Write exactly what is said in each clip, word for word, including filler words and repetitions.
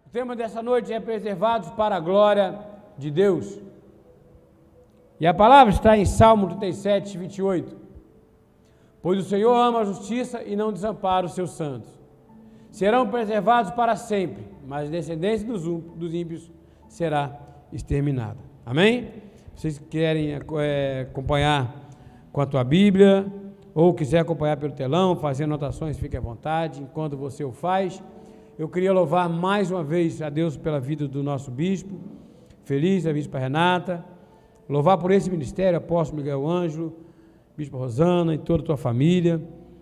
O tema dessa noite é preservados para a glória de Deus. E a palavra está em Salmo trinta e sete, vinte e oito. Pois o Senhor ama a justiça e não desampara os seus santos. Serão preservados para sempre, mas a descendência dos, dos ímpios será exterminada. Amém? Vocês querem é, acompanhar com a tua Bíblia, ou quiser acompanhar pelo telão, fazer anotações, fique à vontade, enquanto você o faz. Eu queria louvar mais uma vez a Deus pela vida do nosso bispo, feliz, a bispa Renata, louvar por esse ministério, apóstolo Miguel Ângelo, bispa Rosana e toda a tua família,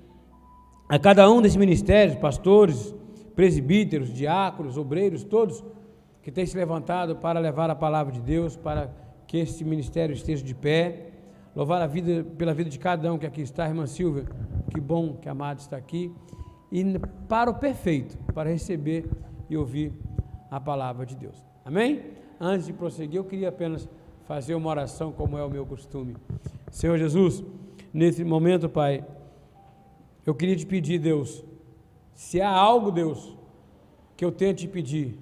a cada um desses ministérios, pastores, presbíteros, diáconos, obreiros, todos que têm se levantado para levar a palavra de Deus, para que esse ministério esteja de pé, louvar a vida, pela vida de cada um que aqui está. Irmã Silvia, que bom que a amada está aqui, e para o perfeito, para receber e ouvir a palavra de Deus. Amém? Antes de prosseguir, eu queria apenas fazer uma oração, como é o meu costume. Senhor Jesus, nesse momento, Pai, eu queria te pedir, Deus, se há algo, Deus, que eu tenho a te pedir,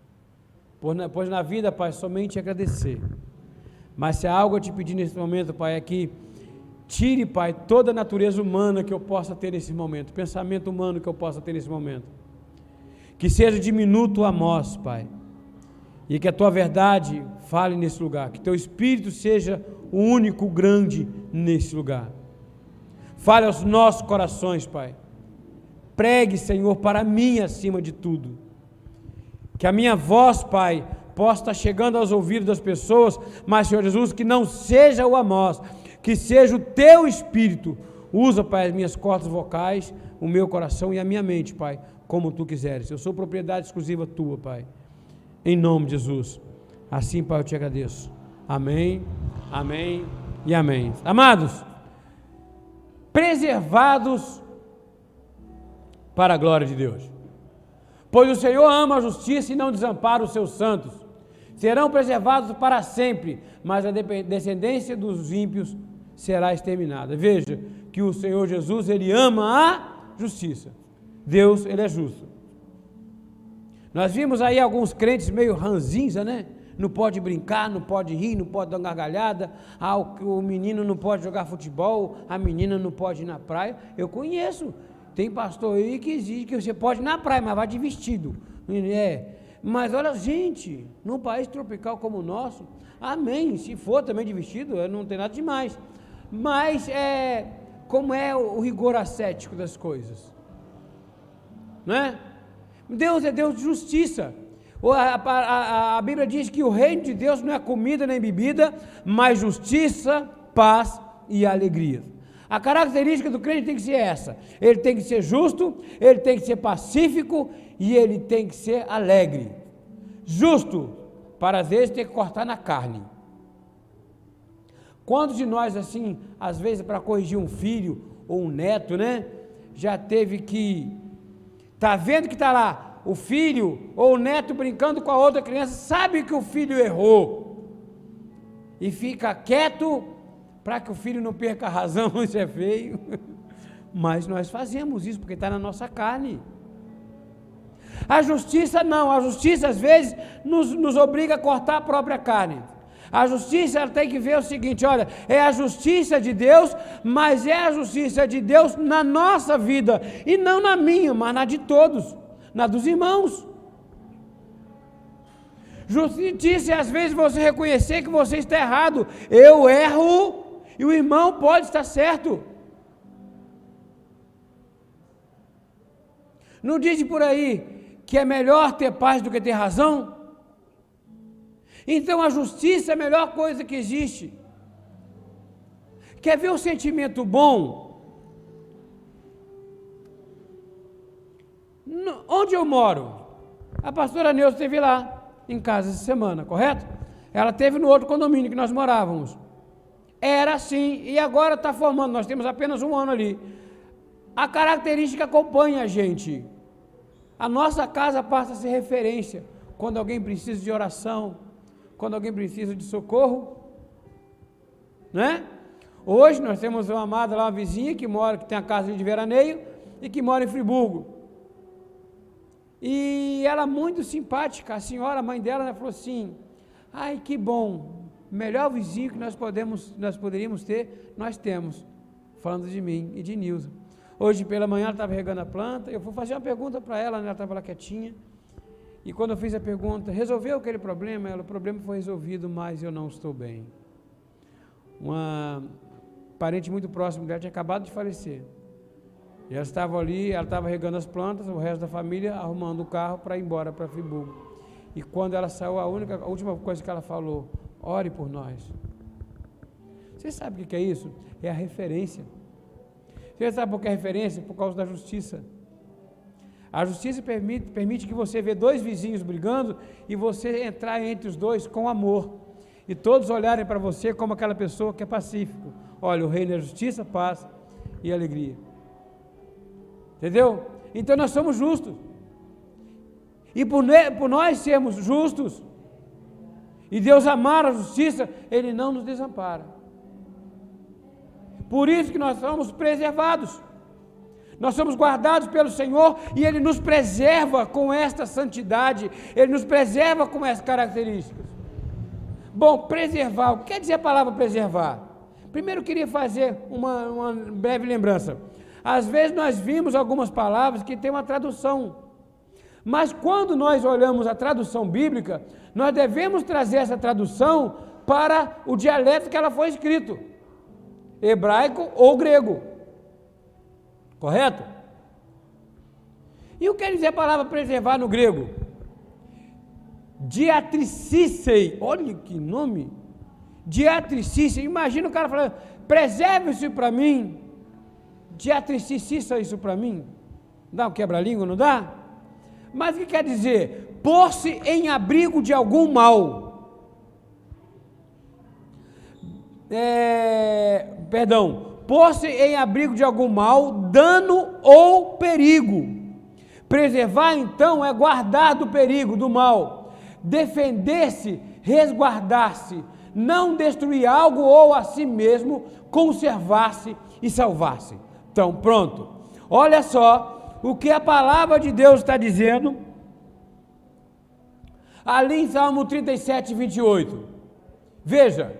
pois na vida, Pai, somente agradecer, mas se há algo a te pedir nesse momento, Pai, é que tire, Pai, toda a natureza humana que eu possa ter nesse momento, pensamento humano que eu possa ter nesse momento, que seja diminuto a nós, Pai, e que a Tua verdade fale nesse lugar, que Teu Espírito seja o único grande nesse lugar. Fale aos nossos corações, Pai. Pregue, Senhor, para mim acima de tudo. Que a minha voz, Pai, possa estar chegando aos ouvidos das pessoas, mas, Senhor Jesus, que não seja o Amós, que seja o Teu Espírito. Usa, Pai, as minhas cordas vocais, o meu coração e a minha mente, Pai, como Tu quiseres. Eu sou propriedade exclusiva Tua, Pai. Em nome de Jesus. Assim, Pai, eu te agradeço. Amém, amém e amém. Amados, preservados para a glória de Deus. Pois o Senhor ama a justiça e não desampara os seus santos. Serão preservados para sempre, mas a descendência dos ímpios será exterminada. Veja que o Senhor Jesus, Ele ama a justiça. Deus, Ele é justo. Nós vimos aí alguns crentes meio ranzinza, né? Não pode brincar, não pode rir, não pode dar uma gargalhada. Ah, o, o menino não pode jogar futebol, a menina não pode ir na praia. Eu conheço, tem pastor aí que exige que você pode ir na praia, mas vai de vestido. É. Mas olha, gente, num país tropical como o nosso, amém, se for também de vestido, não tem nada demais. Mas é, como é o, o rigor ascético das coisas? Não é? Deus é Deus de justiça. A, a, a, a Bíblia diz que o reino de Deus não é comida nem bebida, mas justiça, paz e alegria. A característica do crente tem que ser essa: ele tem que ser justo, ele tem que ser pacífico e ele tem que ser alegre. Justo, para às vezes ter que cortar na carne. Quantos de nós, assim, às vezes para corrigir um filho ou um neto, né, já teve que, tá vendo que está lá o filho ou o neto brincando com a outra criança, sabe que o filho errou e fica quieto para que o filho não perca a razão, isso é feio, mas nós fazemos isso porque está na nossa carne. A justiça não, a justiça às vezes nos, nos obriga a cortar a própria carne. A justiça, ela tem que ver o seguinte: olha, é a justiça de Deus, mas é a justiça de Deus na nossa vida, e não na minha, mas na de todos, na dos irmãos. Justiça é às vezes você reconhecer que você está errado. Eu erro e o irmão pode estar certo. Não diz por aí que é melhor ter paz do que ter razão? Então a justiça é a melhor coisa que existe. Quer ver um sentimento bom? No, onde eu moro, a pastora Neuza esteve lá em casa essa semana, correto? Ela esteve no outro condomínio que nós morávamos. Era assim, e agora está formando, nós temos apenas um ano ali. A característica acompanha a gente. A nossa casa passa a ser referência quando alguém precisa de oração, quando alguém precisa de socorro, né? Hoje nós temos uma amada lá, uma vizinha que mora, que tem a casa de veraneio e que mora em Friburgo. E ela muito simpática, a senhora, a mãe dela, né, falou assim, ai, que bom, melhor vizinho que nós, podemos, nós poderíamos ter, nós temos, falando de mim e de Nilza. Hoje pela manhã ela estava regando a planta, eu fui fazer uma pergunta para ela, né, ela estava lá quietinha, e quando eu fiz a pergunta, resolveu aquele problema? Ela, o problema foi resolvido, mas eu não estou bem. Uma parente muito próximo dela tinha acabado de falecer. E ela estava ali, ela estava regando as plantas, o resto da família arrumando o carro para ir embora para Friburgo. E quando ela saiu, a única, a última coisa que ela falou, ore por nós. Você sabe o que é isso? É a referência. Você sabe por que é referência? Por causa da justiça. A justiça permite, permite que você vê dois vizinhos brigando e você entrar entre os dois com amor. E todos olharem para você como aquela pessoa que é pacífico. Olha, o reino é justiça, paz e alegria. Entendeu? Então nós somos justos. E por, por nós sermos justos, e Deus amar a justiça, Ele não nos desampara. Por isso que nós somos preservados. Nós somos guardados pelo Senhor e Ele nos preserva com esta santidade, Ele nos preserva com essas características. Bom, preservar, o que quer dizer a palavra preservar? Primeiro eu queria fazer uma, uma breve lembrança. Às vezes nós vimos algumas palavras que têm uma tradução, mas quando nós olhamos a tradução bíblica, nós devemos trazer essa tradução para o dialeto que ela foi escrito, hebraico ou grego, correto? E o que quer dizer a palavra preservar no grego? Diatricissei, olha que nome, diatricissei, imagina o cara falando, preserve-se para mim, diatricissa isso para mim, dá um quebra-língua, não dá? Mas o que quer dizer? Pôr-se em abrigo de algum mal, é, perdão, pôr-se em abrigo de algum mal, dano ou perigo. Preservar então é guardar do perigo, do mal, defender-se, resguardar-se, não destruir algo ou a si mesmo, conservar-se e salvar-se. Então, pronto. Olha só o que a palavra de Deus está dizendo ali em Salmo trinta e sete, vinte e oito. Veja,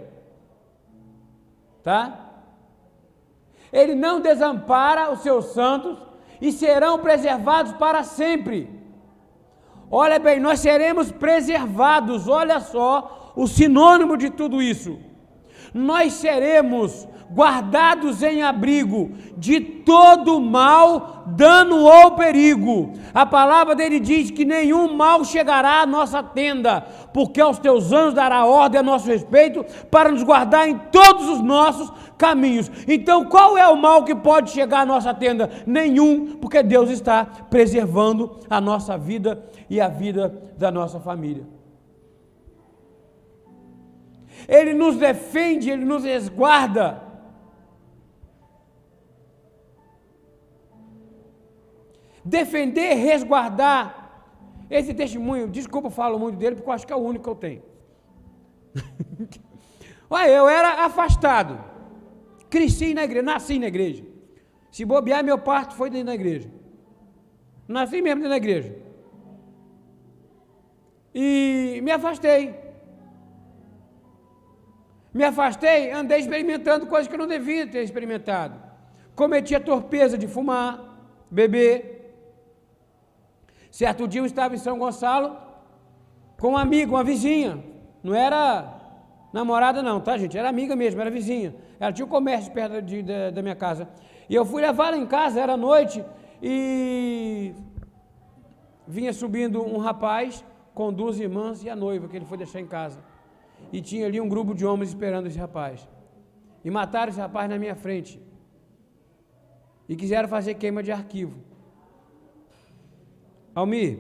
tá? Ele não desampara os seus santos e serão preservados para sempre. Olha bem, nós seremos preservados, olha só o sinônimo de tudo isso. Nós seremos guardados em abrigo de todo mal, dano ou perigo. A palavra dele diz que nenhum mal chegará à nossa tenda, porque aos teus anjos dará ordem a nosso respeito para nos guardar em todos os nossos caminhos. Então qual é o mal que pode chegar à nossa tenda? Nenhum, porque Deus está preservando a nossa vida e a vida da nossa família. Ele nos defende, Ele nos resguarda. Defender, resguardar. Esse testemunho, desculpa, eu falo muito dele, porque eu acho que é o único que eu tenho. Olha, eu era afastado. Cresci na igreja, nasci na igreja. Se bobear, meu parto foi dentro da igreja. Nasci mesmo dentro da igreja. E me afastei. Me afastei, andei experimentando coisas que eu não devia ter experimentado. Cometi a torpeza de fumar, beber. Certo dia eu estava em São Gonçalo com uma amiga, uma vizinha. Não era namorada não, tá gente? Era amiga mesmo, era vizinha. Ela tinha um comércio perto de, de, da minha casa. E eu fui levar ela em casa, era noite, e vinha subindo um rapaz com duas irmãs e a noiva que ele foi deixar em casa. E tinha ali um grupo de homens esperando esse rapaz. E mataram esse rapaz na minha frente. E quiseram fazer queima de arquivo. Almir,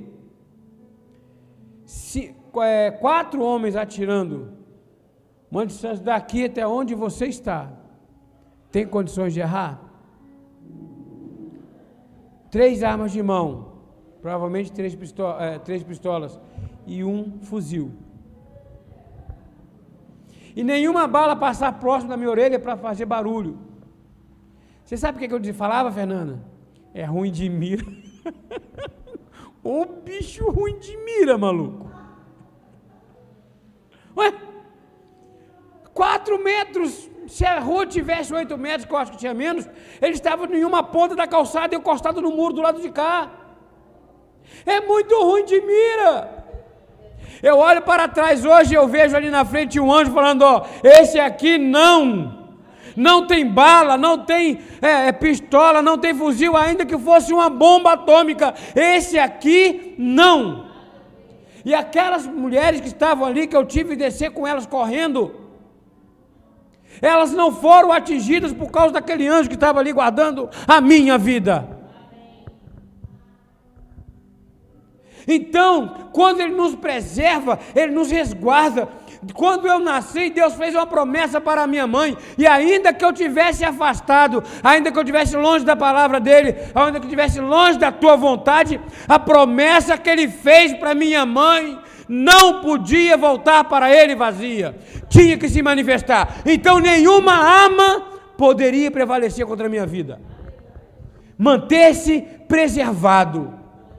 se, é, quatro homens atirando, uma distância daqui até onde você está, tem condições de errar? Três armas de mão, provavelmente três, pistola, é, três pistolas e um fuzil. E nenhuma bala passar próximo da minha orelha para fazer barulho. Você sabe o que eu te falava, Fernanda? É ruim de mira. Ô bicho ruim de mira, maluco. Ué? Quatro metros, se a rua tivesse oito metros, que eu acho que tinha menos, ele estava em uma ponta da calçada e encostado no muro do lado de cá. É muito ruim de mira. Eu olho para trás hoje e eu vejo ali na frente um anjo falando, ó, esse aqui não, não tem bala, não tem é, pistola, não tem fuzil, ainda que fosse uma bomba atômica, esse aqui não. E aquelas mulheres que estavam ali, que eu tive que descer com elas correndo, elas não foram atingidas por causa daquele anjo que estava ali guardando a minha vida. Então, quando Ele nos preserva, Ele nos resguarda. Quando eu nasci, Deus fez uma promessa para a minha mãe, e ainda que eu tivesse afastado, ainda que eu tivesse longe da palavra dEle, ainda que eu tivesse longe da tua vontade, a promessa que Ele fez para minha mãe não podia voltar para Ele vazia, tinha que se manifestar. Então nenhuma arma poderia prevalecer contra a minha vida. Manter-se preservado.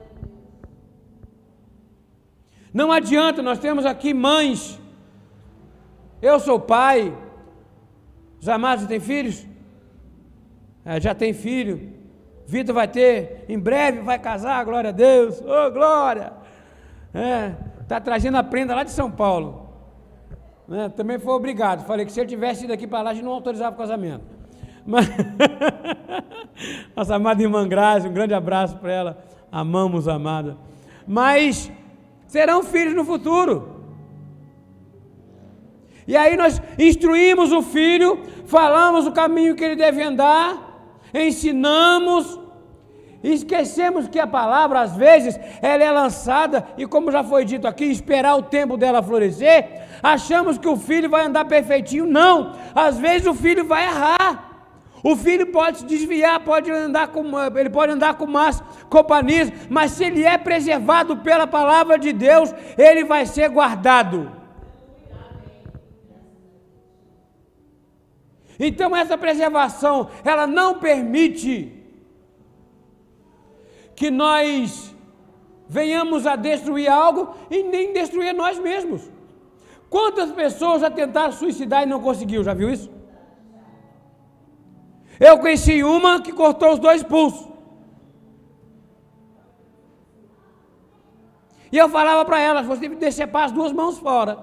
Não adianta, nós temos aqui mães, eu sou pai, os amados têm filhos? É, já tem filho, Vitor vai ter, em breve vai casar, glória a Deus, ô oh, glória, é, está trazendo a prenda lá de São Paulo, é, também foi obrigado, falei que se ele tivesse ido aqui para lá, a gente não autorizava o casamento, mas, nossa amada irmã Grazi, um grande abraço para ela, amamos a amada, mas serão filhos no futuro. E aí nós instruímos o filho, falamos o caminho que ele deve andar, ensinamos, esquecemos que a palavra, às vezes, ela é lançada, e como já foi dito aqui, esperar o tempo dela florescer, achamos que o filho vai andar perfeitinho. Não, às vezes o filho vai errar. O filho pode se desviar, pode andar com, ele pode andar com más companhias, mas se ele é preservado pela palavra de Deus, ele vai ser guardado. Então essa preservação, ela não permite que nós venhamos a destruir algo e nem destruir nós mesmos. Quantas pessoas já tentaram suicidar e não conseguiu, já viu isso? Eu conheci uma que cortou os dois pulsos. E eu falava para ela, você tem que decepar as duas mãos fora.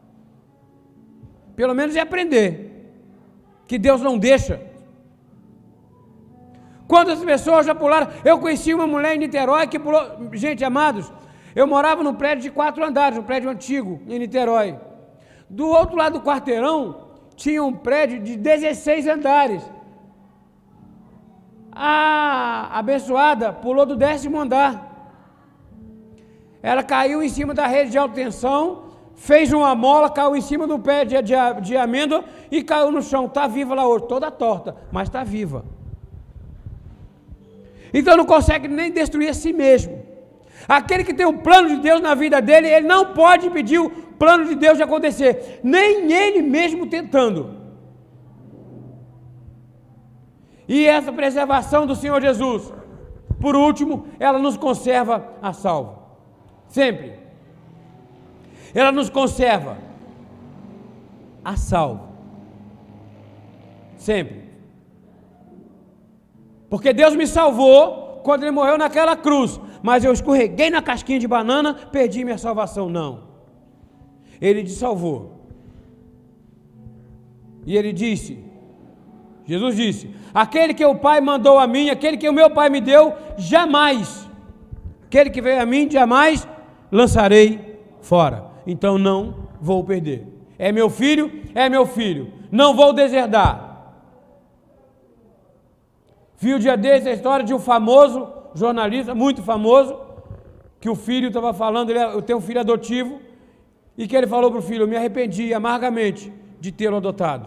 Pelo menos é aprender. Que Deus não deixa. Quantas pessoas já pularam? Eu conheci uma mulher em Niterói que pulou. Gente, amados, eu morava num prédio de quatro andares, um prédio antigo em Niterói. Do outro lado do quarteirão, tinha um prédio de dezesseis andares. A abençoada pulou do décimo andar. Ela caiu em cima da rede de alta tensão, fez uma mola, caiu em cima do pé de, de, de amêndoa e caiu no chão. Está viva lá hoje, toda torta, mas está viva. Então não consegue nem destruir a si mesmo. Aquele que tem o plano de Deus na vida dele, ele não pode impedir o plano de Deus de acontecer, nem ele mesmo tentando. E essa preservação do Senhor Jesus, por último, ela nos conserva a salvo. Sempre. Ela nos conserva a salvo. Sempre. Porque Deus me salvou quando Ele morreu naquela cruz, mas eu escorreguei na casquinha de banana, perdi minha salvação. Não. Ele te salvou. E Ele disse, Jesus disse, aquele que o Pai mandou a mim, aquele que o meu Pai me deu, jamais, aquele que veio a mim, jamais lançarei fora. Então não vou perder. É meu filho, é meu filho. Não vou deserdar. Vi o dia desse a história de um famoso jornalista, muito famoso, que o filho estava falando, ele, eu tenho um filho adotivo, e que ele falou para o filho, eu me arrependi amargamente de tê-lo adotado.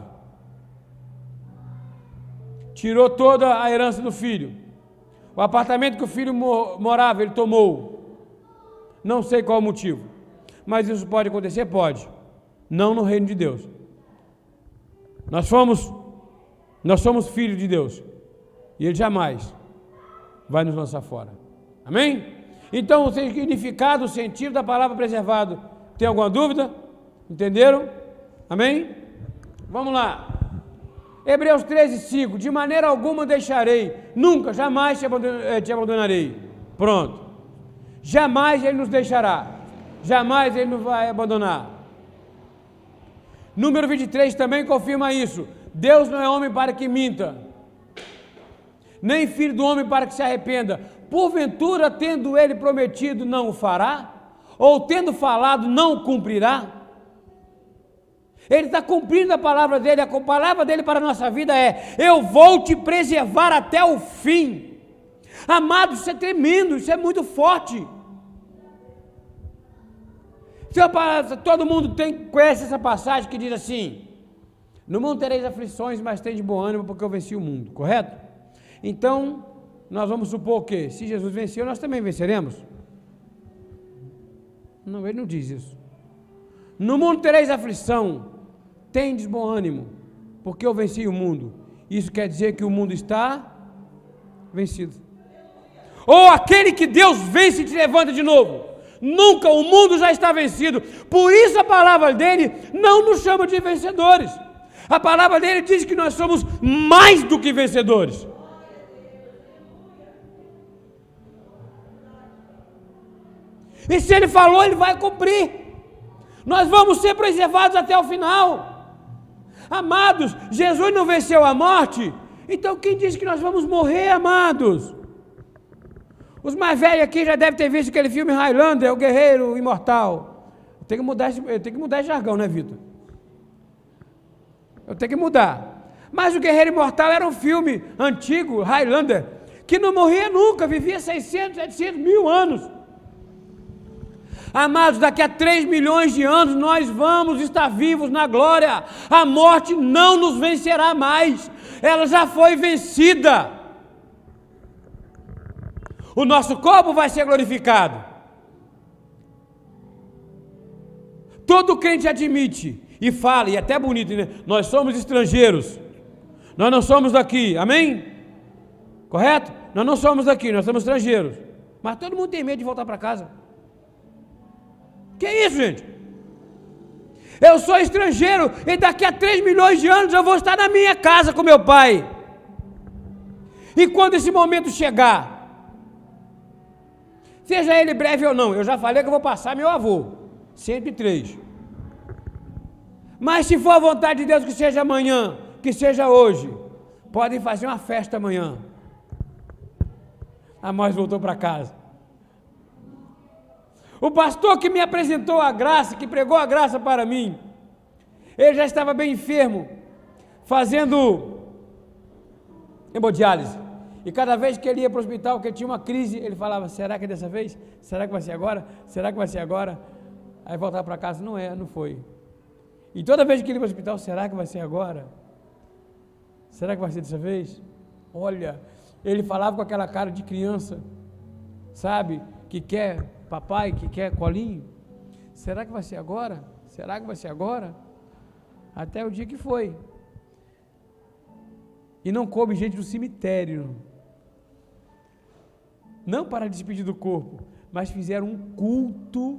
Tirou toda a herança do filho. O apartamento que o filho morava, ele tomou. Não sei qual o motivo. Mas isso pode acontecer? Pode. Não no reino de Deus. Nós somos, nós somos filhos de Deus. E Ele jamais vai nos lançar fora. Amém? Então, o significado, o sentido da palavra preservado, tem alguma dúvida? Entenderam? Amém? Vamos lá. Hebreus treze, cinco. De maneira alguma deixarei, nunca, jamais te abandonarei. Pronto. Jamais Ele nos deixará. Jamais Ele nos vai abandonar. Número vinte e três também confirma isso. Deus não é homem para que minta, nem filho do homem para que se arrependa. Porventura, tendo Ele prometido, não o fará? Ou tendo falado, não o cumprirá? Ele está cumprindo a palavra dele. A palavra dele para a nossa vida é: eu vou te preservar até o fim. Amados, isso é tremendo, isso é muito forte. Todo mundo tem, conhece essa passagem que diz assim: no mundo tereis aflições, mas tem de bom ânimo, porque eu venci o mundo, correto? Então, nós vamos supor que, se Jesus venceu, nós também venceremos? Não, ele não diz isso. No mundo tereis aflição, tendes bom ânimo, porque eu venci o mundo. Isso quer dizer que o mundo está vencido. Ou aquele que Deus vence e te levanta de novo. Nunca, o mundo já está vencido. Por isso a palavra dele não nos chama de vencedores. A palavra dele diz que nós somos mais do que vencedores. E se ele falou, ele vai cumprir. Nós vamos ser preservados até o final. Amados, Jesus não venceu a morte, então quem diz que nós vamos morrer, amados? Os mais velhos aqui já devem ter visto aquele filme Highlander, o Guerreiro Imortal. Eu tenho que mudar esse, eu tenho que mudar esse jargão, né, Vitor? Eu tenho que mudar. Mas o Guerreiro Imortal era um filme antigo, Highlander, que não morria nunca, vivia seiscentos, setecentos mil anos. Amados, daqui a três milhões de anos nós vamos estar vivos na glória. A morte não nos vencerá mais. Ela já foi vencida. O nosso corpo vai ser glorificado. Todo crente admite e fala, e é até bonito, né? Nós somos estrangeiros. Nós não somos daqui, amém? Correto? Nós não somos daqui, nós somos estrangeiros. Mas todo mundo tem medo de voltar para casa. Que isso, gente? Eu sou estrangeiro e daqui a três milhões de anos eu vou estar na minha casa com meu pai. E quando esse momento chegar, seja ele breve ou não, eu já falei que eu vou passar meu avô, cento e três. Mas se for a vontade de Deus que seja amanhã, que seja hoje, podem fazer uma festa amanhã. A Amós voltou para casa. O pastor que me apresentou a graça, que pregou a graça para mim, ele já estava bem enfermo, fazendo hemodiálise. E cada vez que ele ia para o hospital, que ele tinha uma crise, ele falava: será que é dessa vez? Será que vai ser agora? Será que vai ser agora? Aí voltava para casa: não é, não foi. E toda vez que ele ia para o hospital: será que vai ser agora? Será que vai ser dessa vez? Olha, ele falava com aquela cara de criança, sabe, que quer papai, que quer colinho. Será que vai ser agora? Será que vai ser agora? Até o dia que foi. E não coube gente do cemitério, não para despedir do corpo, mas fizeram um culto.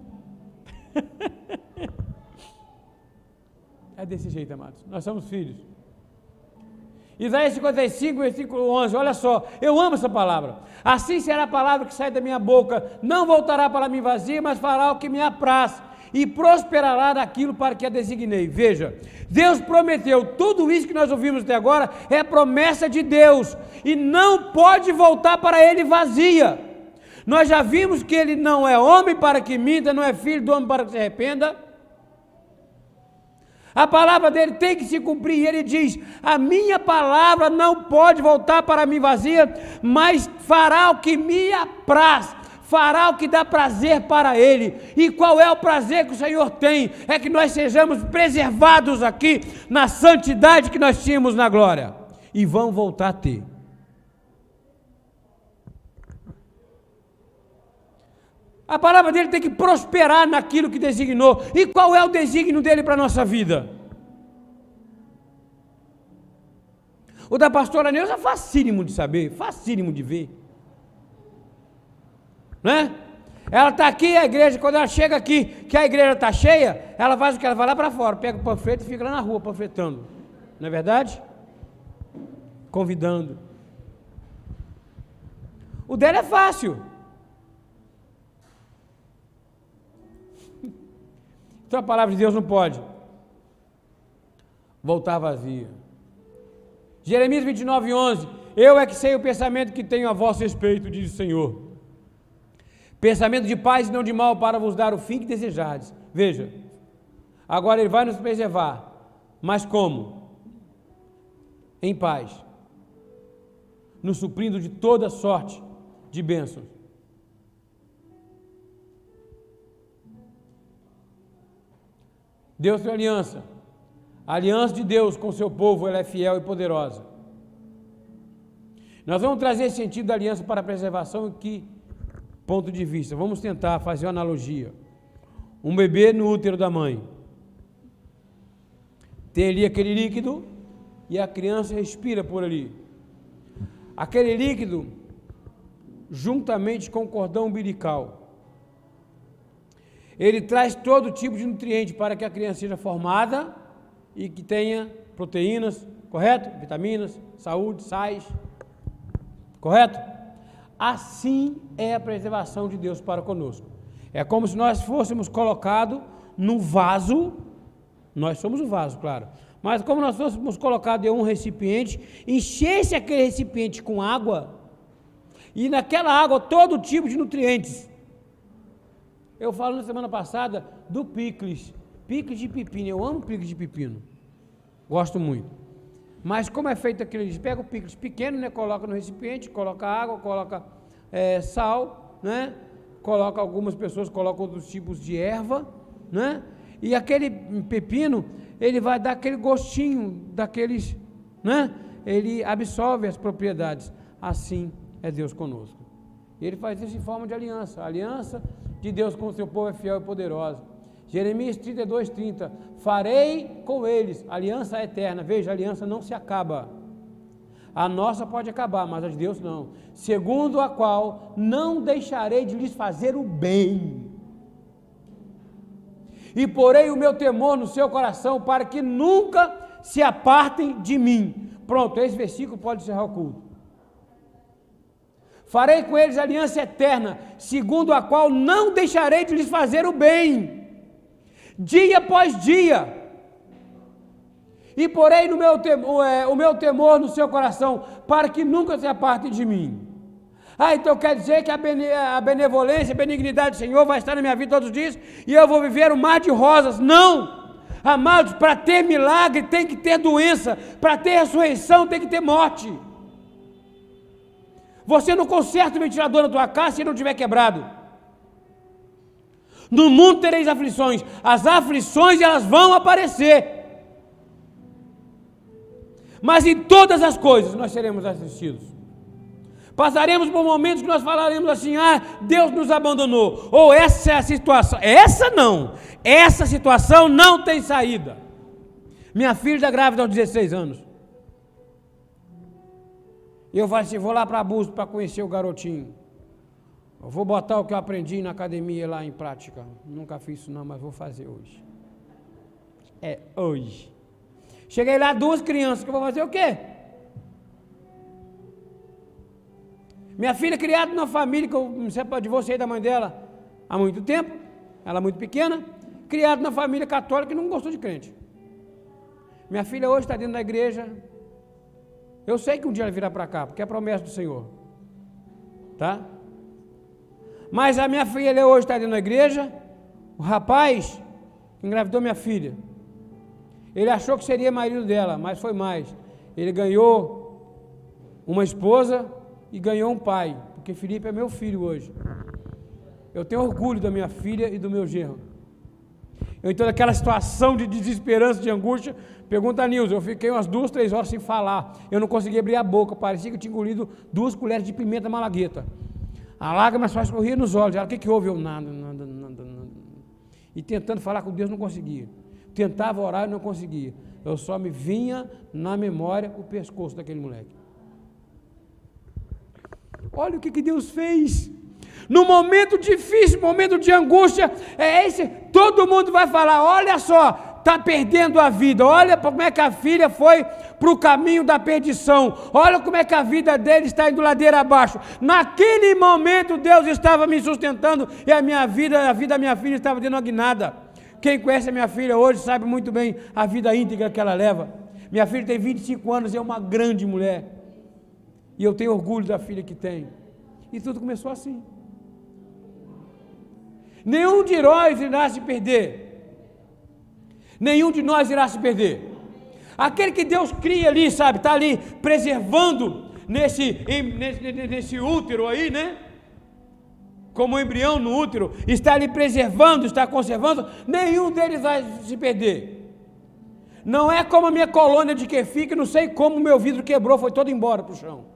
É desse jeito, amados. Nós somos filhos. Isaías cinquenta e cinco, versículo onze, olha só, eu amo essa palavra. Assim será a palavra que sai da minha boca, não voltará para mim vazia, mas fará o que me apraz, e prosperará naquilo para que a designei. Veja, Deus prometeu, tudo isso que nós ouvimos até agora é promessa de Deus, e não pode voltar para Ele vazia. Nós já vimos que Ele não é homem para que minta, não é filho do homem para que se arrependa. A palavra dele tem que se cumprir, e ele diz: a minha palavra não pode voltar para mim vazia, mas fará o que me apraz, fará o que dá prazer para ele. E qual é o prazer que o Senhor tem? É que nós sejamos preservados aqui na santidade que nós tínhamos na glória, e vão voltar a ter. A palavra dele tem que prosperar naquilo que designou. E qual é o desígnio dele para a nossa vida? O da pastora Neuza é facílimo de saber, facílimo de ver. Não é? Ela está aqui, a igreja, quando ela chega aqui, que a igreja está cheia, ela faz o que? Ela vai lá para fora, pega o panfleto e fica lá na rua panfletando. Não é verdade? Convidando. O dela é fácil. Então a palavra de Deus não pode voltar vazia. Jeremias vinte e nove, onze. Eu é que sei o pensamento que tenho a vosso respeito, diz o Senhor. Pensamento de paz e não de mal, para vos dar o fim que desejardes. Veja, agora ele vai nos preservar. Mas como? Em paz. Nos suprindo de toda sorte de bênçãos. Deus tem aliança. A aliança de Deus com o seu povo, ela é fiel e poderosa. Nós vamos trazer esse sentido da aliança para a preservação. Em que ponto de vista? Vamos tentar fazer uma analogia. Um bebê no útero da mãe. Tem ali aquele líquido e a criança respira por ali. Aquele líquido, juntamente com o cordão umbilical, ele traz todo tipo de nutriente para que a criança seja formada e que tenha proteínas, correto? Vitaminas, saúde, sais, correto? Assim é a preservação de Deus para conosco. É como se nós fôssemos colocados num vaso, nós somos o vaso, claro, mas como nós fôssemos colocados em um recipiente, enchesse aquele recipiente com água, e naquela água todo tipo de nutrientes. Eu falo na semana passada do picles, picles de pepino, eu amo picles de pepino, gosto muito. Mas como é feito aquilo? Eles pegam o picles pequeno, né, coloca no recipiente, coloca água, coloca é, sal, né, coloca, algumas pessoas colocam outros tipos de erva, né, e aquele pepino, ele vai dar aquele gostinho daqueles, né, ele absorve as propriedades. Assim é Deus conosco. Ele faz isso em forma de aliança. A aliança de Deus com o seu povo é fiel e poderosa. Jeremias trinta e dois, trinta. Farei com eles aliança eterna. Veja, a aliança não se acaba. A nossa pode acabar, mas a de Deus não. Segundo a qual não deixarei de lhes fazer o bem. E porei o meu temor no seu coração para que nunca se apartem de mim. Pronto, esse versículo pode encerrar o culto. Farei com eles aliança eterna, segundo a qual não deixarei de lhes fazer o bem, dia após dia, e porei no meu temor, é, o meu temor no seu coração, para que nunca se aparte de mim. Ah, então quer dizer que a, bene, a benevolência, a benignidade do Senhor vai estar na minha vida todos os dias, e eu vou viver um mar de rosas? Não! Amados, para ter milagre tem que ter doença, para ter ressurreição tem que ter morte. Você não conserta o ventilador na tua casa se ele não estiver quebrado. No mundo tereis aflições. As aflições, elas vão aparecer. Mas em todas as coisas nós seremos assistidos. Passaremos por momentos que nós falaremos assim: ah, Deus nos abandonou. Ou essa é a situação. Essa não. Essa situação não tem saída. Minha filha está grávida aos dezesseis anos. Eu falei assim, vou lá para Búzios para conhecer o garotinho. Eu vou botar o que eu aprendi na academia lá em prática. Nunca fiz isso não, mas vou fazer hoje. É hoje. Cheguei lá, duas crianças, que eu vou fazer o quê? Minha filha criada numa família, que eu me divorciei da mãe dela há muito tempo, ela muito pequena, criada numa família católica que não gostou de crente. Minha filha hoje está dentro da igreja. Eu sei que um dia ela virá para cá, porque é a promessa do Senhor, tá? Mas a minha filha hoje está dentro da igreja. O rapaz que engravidou minha filha, ele achou que seria marido dela, mas foi mais. Ele ganhou uma esposa e ganhou um pai, porque Felipe é meu filho hoje. Eu tenho orgulho da minha filha e do meu genro. Eu entendo aquela situação de desesperança, de angústia. Pergunta a Nilson, eu fiquei umas duas, três horas sem falar. Eu não conseguia abrir a boca, parecia que eu tinha engolido duas colheres de pimenta malagueta. A lágrima só escorria nos olhos. Ela, o que que houve? Eu, nada, nada, nada, nada. E tentando falar com Deus, não conseguia. Tentava orar e não conseguia. Eu só me vinha na memória o pescoço daquele moleque. Olha o que que Deus fez. No momento difícil, momento de angústia, é esse, todo mundo vai falar, olha só, está perdendo a vida, olha como é que a filha foi para o caminho da perdição, olha como é que a vida dele está indo ladeira abaixo. Naquele momento Deus estava me sustentando e a minha vida, a vida da minha filha estava sendo guinada. Quem conhece a minha filha hoje sabe muito bem a vida íntegra que ela leva. Minha filha tem vinte e cinco anos e é uma grande mulher, e eu tenho orgulho da filha que tenho, e tudo começou assim. Nenhum de nós irá se perder. Nenhum de nós irá se perder. Aquele que Deus cria ali, sabe, está ali preservando nesse, nesse, nesse útero aí, né? Como um embrião no útero, está ali preservando, está conservando, nenhum deles vai se perder. Não é como a minha colônia de kefir, que não sei como o meu vidro quebrou, foi todo embora para o chão.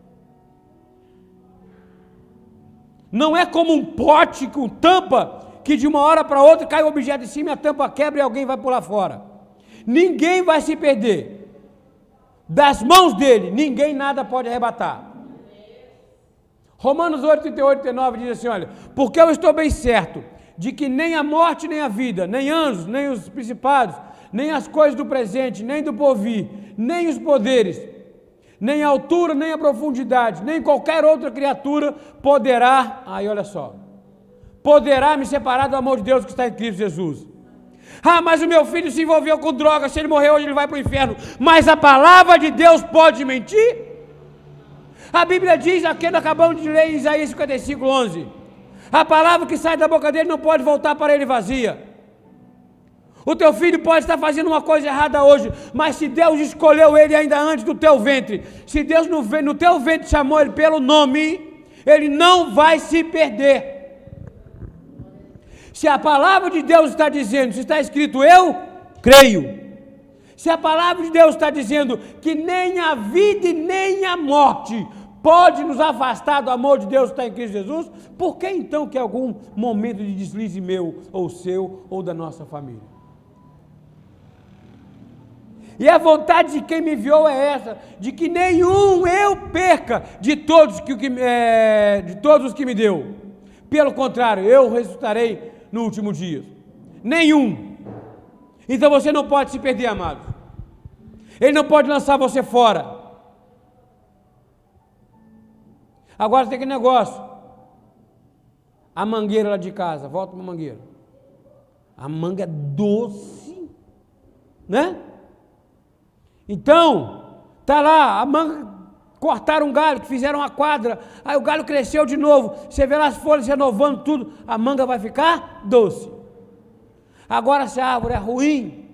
Não é como um pote com tampa, que de uma hora para outra cai o objeto em cima, a tampa quebra e alguém vai pular fora. Ninguém vai se perder. Das mãos dele, ninguém nada pode arrebatar. Romanos oito, trinta e oito, trinta e nove diz assim, olha, porque eu estou bem certo de que nem a morte, nem a vida, nem anjos, nem os principados, nem as coisas do presente, nem do porvir, nem os poderes, nem a altura, nem a profundidade, nem qualquer outra criatura poderá, aí olha só, poderá me separar do amor de Deus que está em Cristo Jesus. Ah, mas o meu filho se envolveu com droga, se ele morrer hoje ele vai para o inferno. Mas a palavra de Deus pode mentir? A Bíblia diz, aqui nós acabamos de ler em Isaías cinquenta e cinco, onze, a palavra que sai da boca dele não pode voltar para ele vazia. O teu filho pode estar fazendo uma coisa errada hoje, mas se Deus escolheu ele ainda antes do teu ventre, se Deus no, no teu ventre chamou ele pelo nome, ele não vai se perder. Se a palavra de Deus está dizendo, se está escrito eu creio, se a palavra de Deus está dizendo que nem a vida e nem a morte pode nos afastar do amor de Deus que está em Cristo Jesus, por que então que algum momento de deslize meu, ou seu, ou da nossa família? E a vontade de quem me enviou é essa, de que nenhum eu perca de todos, que, é, de todos os que me deu. Pelo contrário, eu ressuscitarei no último dia. Nenhum. Então você não pode se perder, amado. Ele não pode lançar você fora. Agora tem aquele negócio. A mangueira lá de casa, volta para a mangueira. A manga é doce, né? Então, tá lá, a manga, cortaram um galho, que fizeram uma quadra, aí o galho cresceu de novo, você vê lá as folhas renovando tudo, a manga vai ficar doce. Agora, se a árvore é ruim,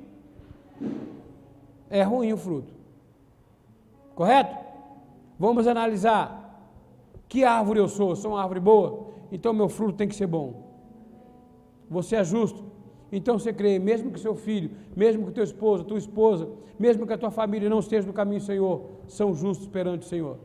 é ruim o fruto. Correto? Vamos analisar. Que árvore eu sou? Eu sou uma árvore boa? Então meu fruto tem que ser bom. Você é justo? Então você crê, mesmo que seu filho, mesmo que teu esposo, tua esposa, mesmo que a tua família não esteja no caminho do Senhor, são justos perante o Senhor.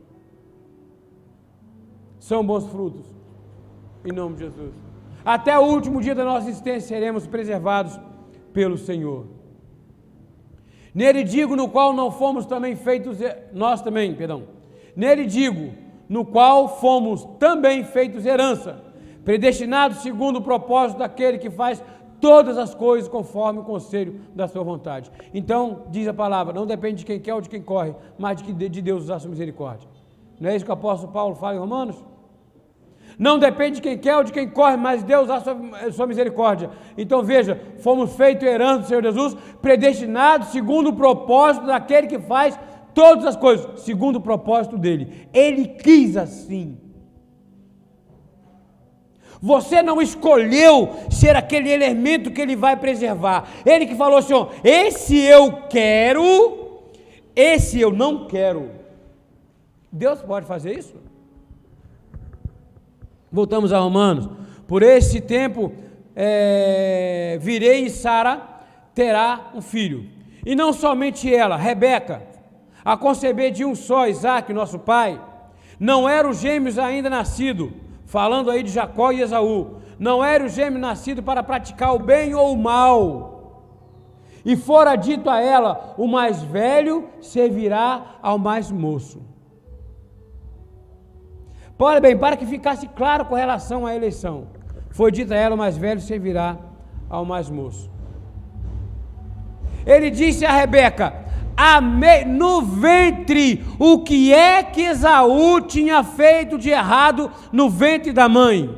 São bons frutos. Em nome de Jesus. Até o último dia da nossa existência seremos preservados pelo Senhor. Nele digo, no qual não fomos também feitos, nós também, perdão. Nele digo, no qual fomos também feitos herança, predestinados segundo o propósito daquele que faz todas as coisas conforme o conselho da sua vontade. Então, diz a palavra, não depende de quem quer ou de quem corre, mas de, que de Deus usar sua misericórdia. Não é isso que o apóstolo Paulo fala em Romanos? Não depende de quem quer ou de quem corre, mas Deus usar sua, sua misericórdia. Então veja, fomos feitos herança do Senhor Jesus, predestinados segundo o propósito daquele que faz todas as coisas, segundo o propósito dele. Ele quis assim. Você não escolheu ser aquele elemento que ele vai preservar. Ele que falou assim, ó, esse eu quero, esse eu não quero. Deus pode fazer isso? Voltamos a Romanos. Por esse tempo, é, virei e Sara terá um filho. E não somente ela, Rebeca, a conceber de um só, Isaque, nosso pai, não eram gêmeos ainda nascidos, falando aí de Jacó e Esaú, não era o gêmeo nascido para praticar o bem ou o mal, e fora dito a ela, o mais velho servirá ao mais moço. Olha bem, para que ficasse claro com relação à eleição, foi dito a ela: o mais velho servirá ao mais moço. Ele disse a Rebeca: amei no ventre, o que é que Esaú tinha feito de errado no ventre da mãe?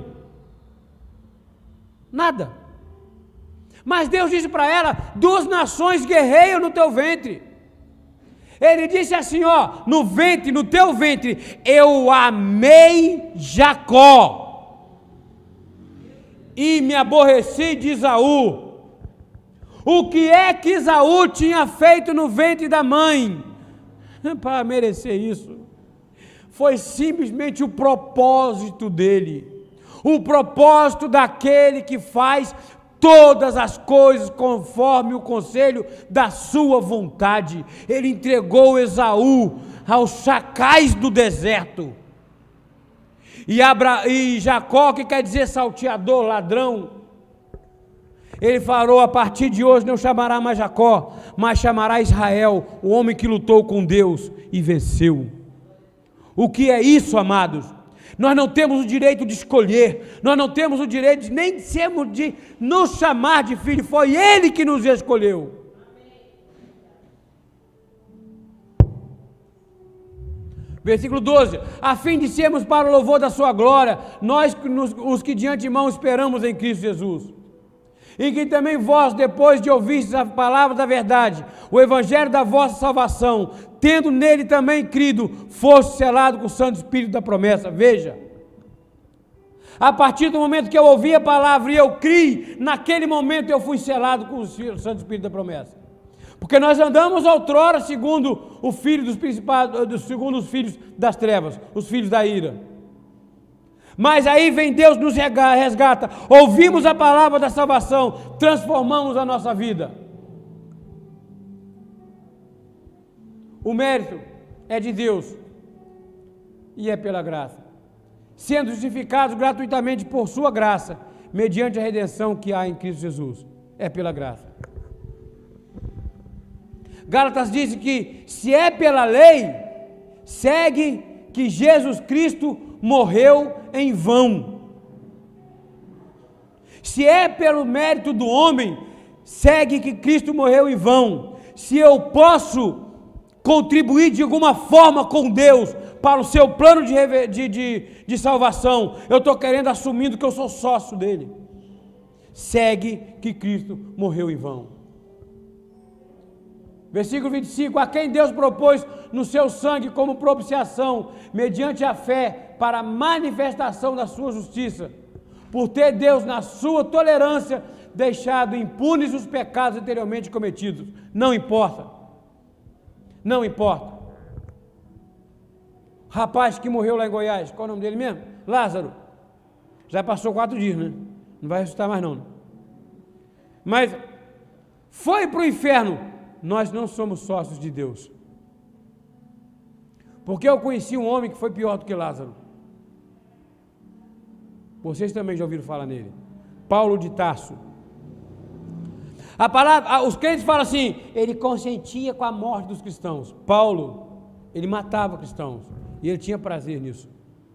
Nada. Mas Deus disse para ela: duas nações guerreiam no teu ventre. Ele disse assim, ó, no ventre, no teu ventre, eu amei Jacó e me aborreci de Esaú. O que é que Esaú tinha feito no ventre da mãe para merecer isso? Foi simplesmente o propósito dele, o propósito daquele que faz todas as coisas conforme o conselho da sua vontade. Ele entregou Esaú aos chacais do deserto. E, Abra, e Jacó, que quer dizer salteador, ladrão, ele falou: a partir de hoje não chamará mais Jacó, mas chamará Israel, o homem que lutou com Deus e venceu. O que é isso, amados? Nós não temos o direito de escolher, nós não temos o direito de, nem de sermos de nos chamar de filho, foi Ele que nos escolheu. Versículo doze, a fim de sermos para o louvor da sua glória, nós os que de antemão esperamos em Cristo Jesus. E que também vós, depois de ouvirdes a palavra da verdade, o evangelho da vossa salvação, tendo nele também crido, foste selado com o Santo Espírito da promessa. Veja, a partir do momento que eu ouvi a palavra e eu criei, naquele momento eu fui selado com o Santo Espírito da promessa. Porque nós andamos outrora segundo o filho dos principados, segundo os filhos das trevas, os filhos da ira. Mas aí vem Deus, nos resgata, ouvimos a palavra da salvação, transformamos a nossa vida. O mérito é de Deus e é pela graça, sendo justificados gratuitamente por sua graça, mediante a redenção que há em Cristo Jesus. É pela graça. Gálatas diz que se é pela lei, segue que Jesus Cristo morreu em vão. Se é pelo mérito do homem, segue que Cristo morreu em vão. Se eu posso contribuir de alguma forma com Deus para o seu plano de, de, de, de salvação, eu estou querendo, assumindo que eu sou sócio dele. Segue que Cristo morreu em vão. Versículo vinte e cinco, a quem Deus propôs no seu sangue como propiciação, mediante a fé, para a manifestação da sua justiça, por ter Deus, na sua tolerância, deixado impunes os pecados anteriormente cometidos. Não importa, não importa. Rapaz que morreu lá em Goiás, qual é o nome dele mesmo? Lázaro. Já passou quatro dias, né? Não vai ressuscitar mais não. Mas foi para o inferno. Nós não somos sócios de Deus. Porque eu conheci um homem que foi pior do que Lázaro. Vocês também já ouviram falar nele. Paulo de Tarso. A palavra, os crentes falam assim, ele consentia com a morte dos cristãos. Paulo, ele matava cristãos. E ele tinha prazer nisso.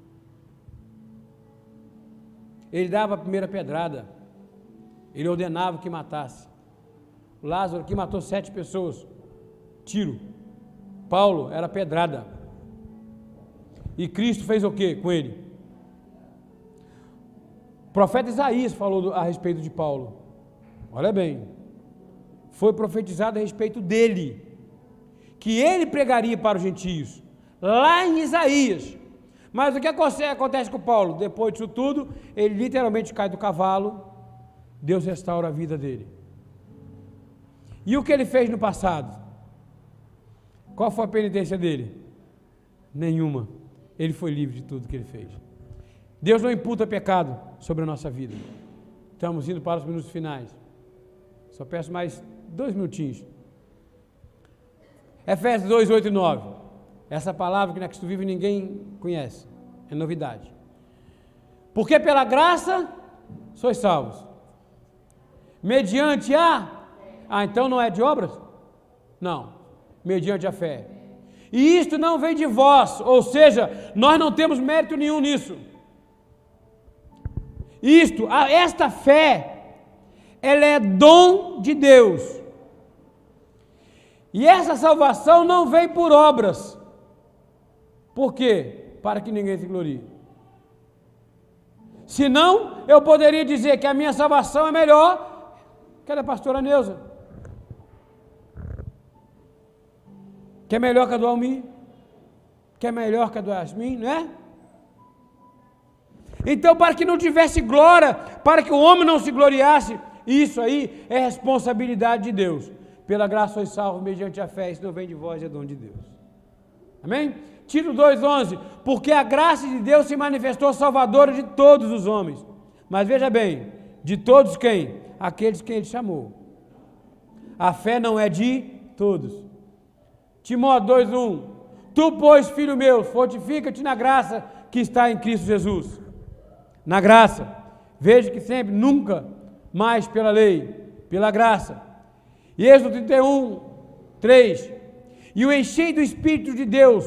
Ele dava a primeira pedrada. Ele ordenava que matasse. Lázaro que matou sete pessoas, tiro. Paulo era pedrada. E Cristo fez o que com ele? O profeta Isaías falou a respeito de Paulo. Olha bem, foi profetizado a respeito dele, que ele pregaria para os gentios, lá em Isaías. Mas o que acontece com Paulo? Depois disso tudo, ele literalmente cai do cavalo, Deus restaura a vida dele. E o que ele fez no passado? Qual foi a penitência dele? Nenhuma. Ele foi livre de tudo que ele fez. Deus não imputa pecado sobre a nossa vida. Estamos indo para os minutos finais. Só peço mais dois minutinhos. Efésios dois, oito e nove. Essa palavra que na Cristo Vive ninguém conhece. É novidade. Porque pela graça sois salvos. Mediante a... Ah, então não é de obras? Não. Mediante a fé. E isto não vem de vós, ou seja, nós não temos mérito nenhum nisso. Isto, esta fé, ela é dom de Deus. E essa salvação não vem por obras. Por quê? Para que ninguém se glorie. Senão, eu poderia dizer que a minha salvação é melhor que a da pastora Neuza, que é melhor que a do Almir, que é melhor que a do Yasmin, não é? Então, para que não tivesse glória, para que o homem não se gloriasse, isso aí é responsabilidade de Deus. Pela graça sois salvos mediante a fé, isso não vem de vós, é dom de Deus. Amém? Tito dois, onze, porque a graça de Deus se manifestou salvadora de todos os homens. Mas veja bem, de todos quem? Aqueles que ele chamou. A fé não é de todos. Timóteo dois, um, tu, pois, filho meu, fortifica-te na graça que está em Cristo Jesus. Na graça, veja que sempre, nunca mais pela lei, pela graça. E Êxodo trinta e um, três, e o enchei do Espírito de Deus,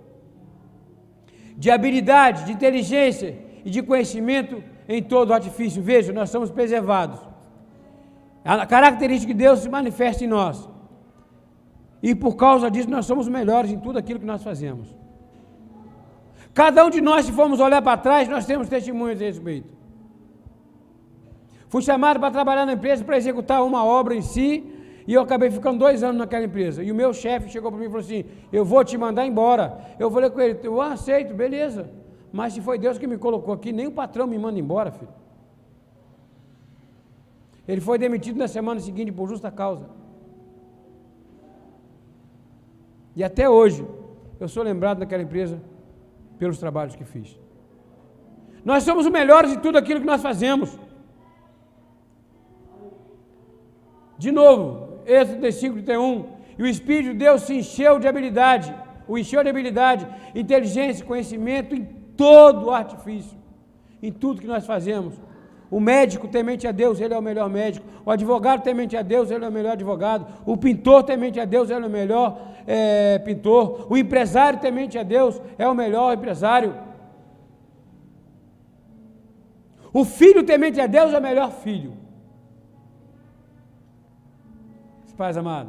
de habilidade, de inteligência e de conhecimento em todo o artifício. Veja, nós somos preservados. A característica de Deus se manifesta em nós. E por causa disso nós somos melhores em tudo aquilo que nós fazemos. Cada um de nós, se formos olhar para trás, nós temos testemunhos a respeito. Fui chamado para trabalhar na empresa para executar uma obra em si, e eu acabei ficando dois anos naquela empresa. E o meu chefe chegou para mim e falou assim, eu vou te mandar embora. Eu falei com ele, eu aceito, beleza. Mas se foi Deus que me colocou aqui, nem o patrão me manda embora, filho. Ele foi demitido na semana seguinte por justa causa. E até hoje, eu sou lembrado daquela empresa pelos trabalhos que fiz. Nós somos os melhores de tudo aquilo que nós fazemos. De novo, Êxodo trinta e cinco, trinta e um, e o Espírito de Deus se encheu de habilidade, o encheu de habilidade, inteligência, conhecimento em todo o artifício, em tudo que nós fazemos. O médico temente a Deus, ele é o melhor médico. O advogado temente a Deus, ele é o melhor advogado. O pintor temente a Deus, ele é o melhor é, pintor. O empresário temente a Deus, é o melhor empresário. O filho temente a Deus é o melhor filho. Pais amados,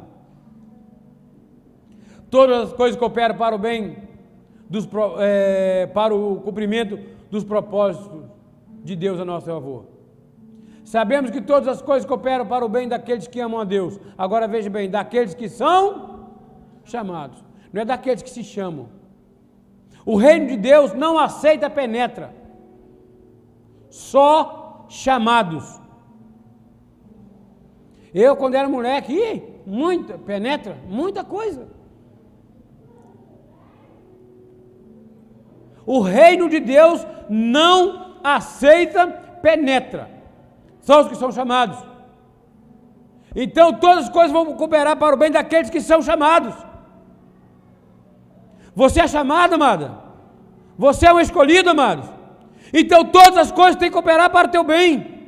todas as coisas cooperam para o bem, dos, é, para o cumprimento dos propósitos de Deus a nosso favor. Sabemos que todas as coisas cooperam para o bem daqueles que amam a Deus. Agora veja bem, daqueles que são chamados, não é daqueles que se chamam. O reino de Deus não aceita penetra, só chamados. Eu, quando era moleque, ih, muita, penetra, muita coisa. O reino de Deus não aceita penetra, só os que são chamados. Então, todas as coisas vão cooperar para o bem daqueles que são chamados. Você é chamado, amada. Você é um escolhido, amados. Então, todas as coisas têm que cooperar para o teu bem.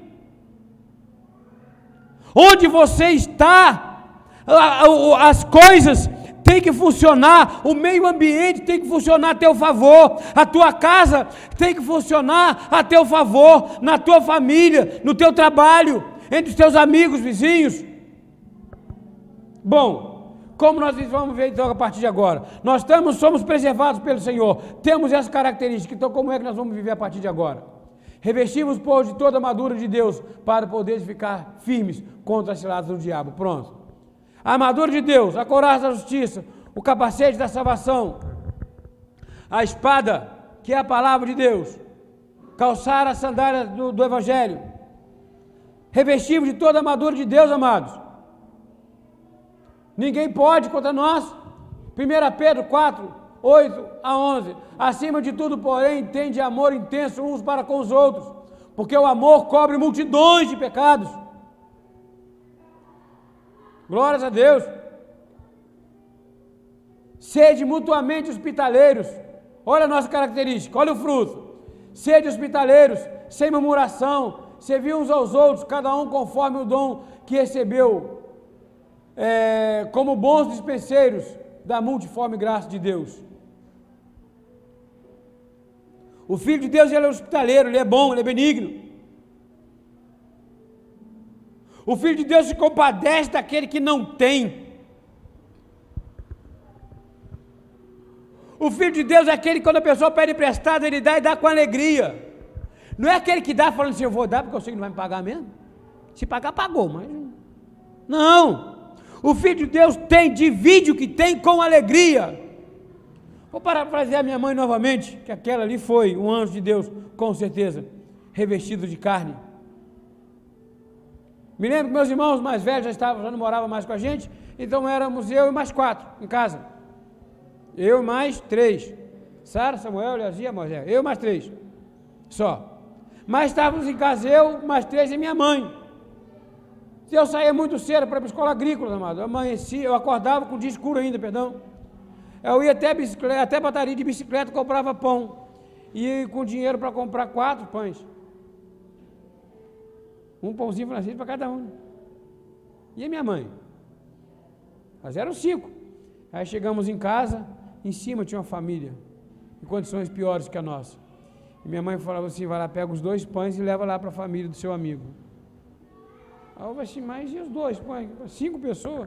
Onde você está, as coisas têm que funcionar, o meio ambiente tem que funcionar a teu favor, a tua casa tem que funcionar a teu favor, na tua família, no teu trabalho, entre os teus amigos, vizinhos. Bom, como nós vamos ver então a partir de agora? Nós estamos, somos preservados pelo Senhor, temos essa característica, então como é que nós vamos viver a partir de agora? Revestimos, pois, de toda a armadura de Deus, para poder ficar firmes contra as ciladas do diabo. Pronto. A armadura de Deus, a couraça da justiça, o capacete da salvação, a espada, que é a palavra de Deus, calçar a sandália do, do Evangelho. Revestimos de toda a armadura de Deus, amados. Ninguém pode contra nós. primeira Pedro quatro, oito a onze. Acima de tudo, porém, tende amor intenso uns para com os outros, porque o amor cobre multidões de pecados. Glórias a Deus. Sede mutuamente hospitaleiros. Olha a nossa característica, olha o fruto. Sede hospitaleiros, sem murmuração, servi uns aos outros, cada um conforme o dom que recebeu, é, como bons dispenseiros da multiforme graça de Deus. O Filho de Deus, ele é hospitaleiro, ele é bom, ele é benigno. O Filho de Deus se compadece daquele que não tem. O Filho de Deus é aquele que, quando a pessoa pede emprestado, ele dá e dá com alegria. Não é aquele que dá falando assim, eu vou dar porque eu sei que não vai me pagar mesmo. Se pagar, pagou, mas... Não! O Filho de Deus tem, divide o que tem com alegria. Vou parafrasear minha mãe novamente, que aquela ali foi um anjo de Deus, com certeza, revestido de carne. Me lembro que meus irmãos mais velhos já estavam, já não moravam mais com a gente, então éramos eu e mais quatro em casa. Eu e mais três. Sara, Samuel, Leazia, Moisés. Eu e mais três. Só. Mas estávamos em casa, eu, mais três e minha mãe. Eu saía muito cedo para ir para a escola agrícola, amado. Eu amanhecia, eu acordava com o dia escuro ainda, perdão. Eu ia até bicicleta, até bateria de bicicleta, comprava pão. E com dinheiro para comprar quatro pães. Um pãozinho francês para cada um. E a minha mãe? Mas eram cinco. Aí chegamos em casa, em cima tinha uma família, em condições piores que a nossa. E minha mãe falava assim, vai lá, pega os dois pães e leva lá para a família do seu amigo. Aí eu falei assim, mas e os dois pães? Cinco pessoas?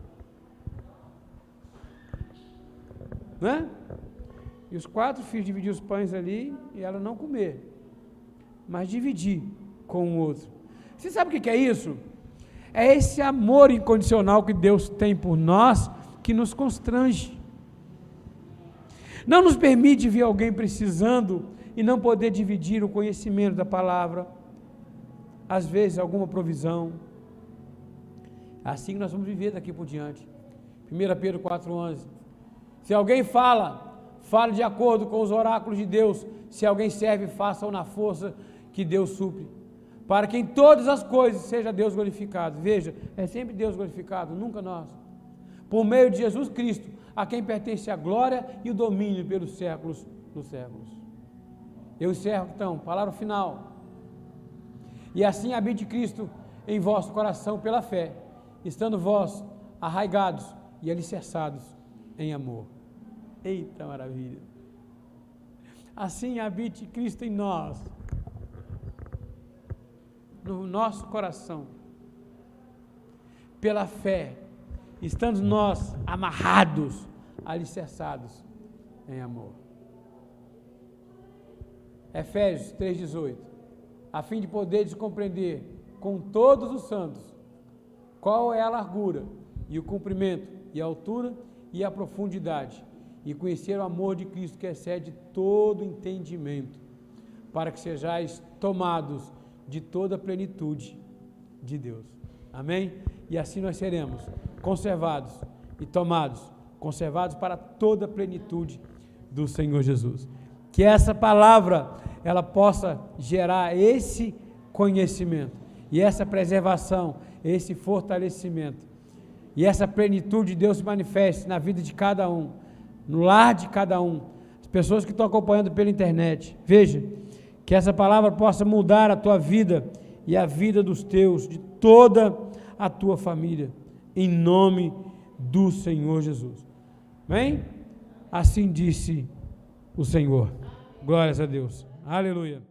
Né? E os quatro filhos dividiram os pães ali e ela não comer, mas dividir com o outro. Você sabe o que é isso? É esse amor incondicional que Deus tem por nós que nos constrange. Não nos permite ver alguém precisando e não poder dividir o conhecimento da palavra, às vezes alguma provisão. Assim que nós vamos viver daqui por diante. primeira Pedro quatro, onze. Se alguém fala, fale de acordo com os oráculos de Deus. Se alguém serve, faça-o na força que Deus supre, para que em todas as coisas seja Deus glorificado. Veja, é sempre Deus glorificado, nunca nós. Por meio de Jesus Cristo, a quem pertence a glória e o domínio pelos séculos dos séculos. Eu encerro então, palavra final. E assim habite Cristo em vosso coração pela fé, estando vós arraigados e alicerçados em amor. Eita maravilha! Assim habite Cristo em nós, no nosso coração, pela fé, estando nós amarrados, alicerçados em amor. Efésios três, dezoito. A fim de poderes compreender com todos os santos qual é a largura e o comprimento e a altura e a profundidade, e conhecer o amor de Cristo que excede todo entendimento, para que sejais tomados de toda a plenitude de Deus. Amém? E assim nós seremos conservados e tomados, conservados para toda a plenitude do Senhor Jesus. Que essa palavra, ela possa gerar esse conhecimento, e essa preservação, esse fortalecimento, e essa plenitude de Deus se manifeste na vida de cada um, no lar de cada um, as pessoas que estão acompanhando pela internet. Veja, que essa palavra possa mudar a tua vida e a vida dos teus, de toda a tua família, em nome do Senhor Jesus. Amém? Assim disse o Senhor. Glórias a Deus. Aleluia.